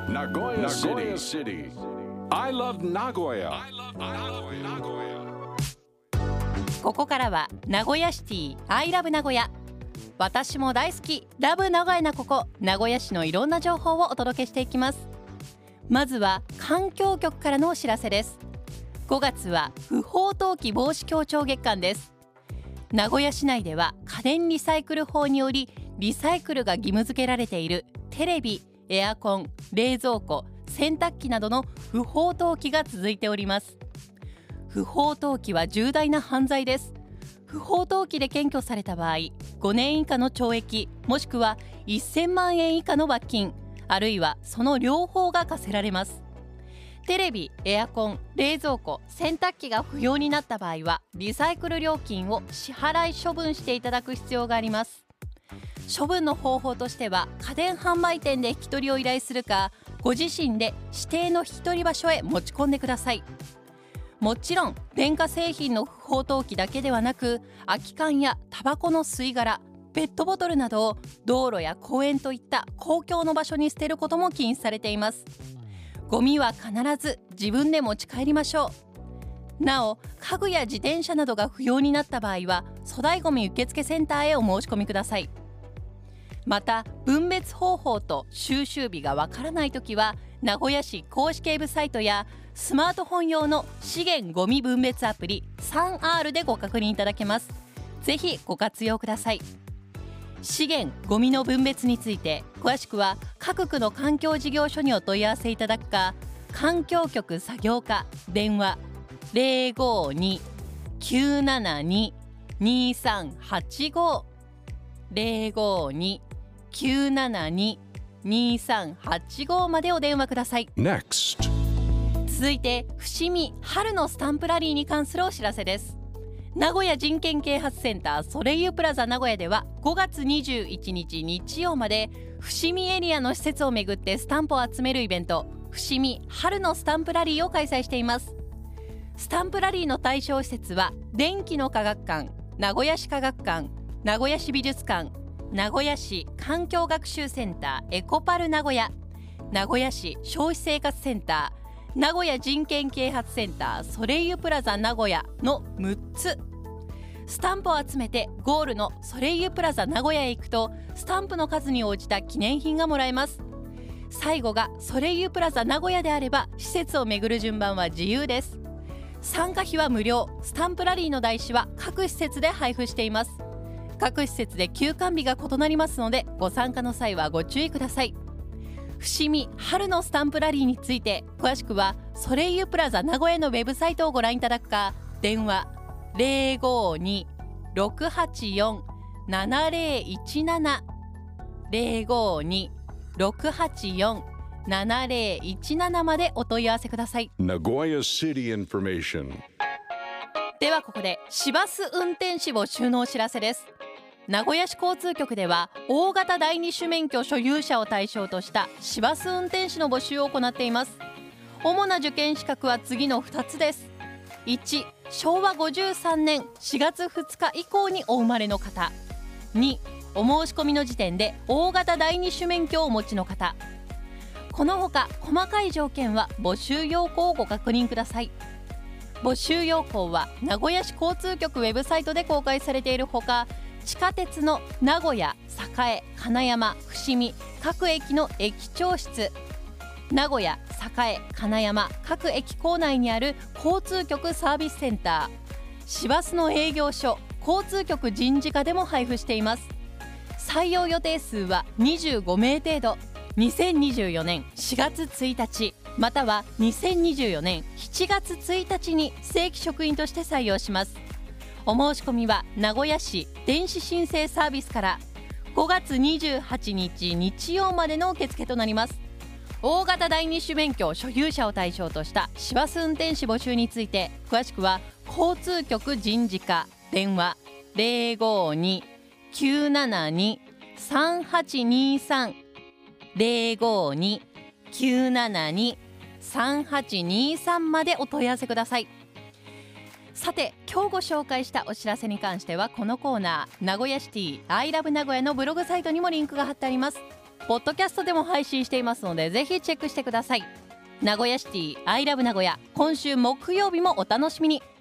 Nagoya City. I love Nagoya. ここからは名古屋シティ I love 名古屋。私も大好きラブ名古屋なここ名古屋市のいろんな情報をお届けしていきます。まずは環境局からのお知らせです。5月は不法投棄防止協調月間です。名古屋市内では家電リサイクル法によりリサイクルが義務付けられているテレビ、エアコン、冷蔵庫、洗濯機などの不法投棄が続いております。不法投棄は重大な犯罪です。不法投棄で検挙された場合、5年以下の懲役もしくは1000万円以下の罰金、あるいはその両方が課せられます。テレビ、エアコン、冷蔵庫、洗濯機が不要になった場合はリサイクル料金を支払い処分していただく必要があります。処分の方法としては家電販売店で引き取りを依頼するか、ご自身で指定の引き取り場所へ持ち込んでください。もちろん電化製品の不法投棄だけではなく、空き缶やタバコの吸い殻、ペットボトルなどを道路や公園といった公共の場所に捨てることも禁止されています。ゴミは必ず自分で持ち帰りましょう。なお、家具や自転車などが不要になった場合は粗大ゴミ受付センターへお申し込みください。また分別方法と収集日がわからないときは名古屋市公式ウェブサイトやスマートフォン用の資源ゴミ分別アプリ 3R でご確認いただけます。ぜひご活用ください。資源ゴミの分別について詳しくは各区の環境事業所にお問い合わせいただくか、環境局作業課電話 052-972-2385 052-972-2385 までお電話ください。 Next. 続いて伏見春のスタンプラリーに関するお知らせです。名古屋人権啓発センターソレイユプラザ名古屋では5月21日日曜まで伏見エリアの施設をめぐってスタンプを集めるイベント、伏見春のスタンプラリーを開催しています。スタンプラリーの対象施設は電気の科学館、名古屋市科学館、名古屋市美術館、名古屋市環境学習センターエコパル名古屋、名古屋市消費生活センター、名古屋人権啓発センターソレイユプラザ名古屋の6つ。スタンプを集めてゴールのソレイユプラザ名古屋へ行くとスタンプの数に応じた記念品がもらえます。最後がソレイユプラザ名古屋であれば施設を巡る順番は自由です。参加費は無料。スタンプラリーの台紙は各施設で配布しています。各施設で休館日が異なりますのでご参加の際はご注意ください。伏見春のスタンプラリーについて詳しくはソレイユプラザ名古屋のウェブサイトをご覧いただくか、電話 052-684-7017 052-684-7017 までお問い合わせください。 Nagoya City Information. ではここで市バス運転士募集のお知らせです。名古屋市交通局では大型第二種免許所有者を対象とした市バス運転士の募集を行っています。主な受験資格は次の2つです。1、昭和53年4月2日以降にお生まれの方。2、お申し込みの時点で大型第二種免許をお持ちの方。このほか細かい条件は募集要項をご確認ください。募集要項は名古屋市交通局ウェブサイトで公開されているほか、地下鉄の名古屋、栄、金山、伏見各駅の駅長室、名古屋、栄、金山各駅構内にある交通局サービスセンター、市バスの営業所、交通局人事課でも配布しています。採用予定数は25名程度。2024年4月1日または2024年7月1日に正規職員として採用します。お申し込みは名古屋市電子申請サービスから5月28日日曜までの受付となります。大型第二種免許所有者を対象とした市バス運転士募集について詳しくは交通局人事課電話 052-972-3823 052-972-3823 までお問い合わせください。さて今日ご紹介したお知らせに関してはこのコーナー名古屋シティ I love 名古屋のブログサイトにもリンクが貼ってあります。 ポッドキャストでも配信していますので、ぜひチェックしてください。名古屋シティ I love 名古屋、今週木曜日もお楽しみに。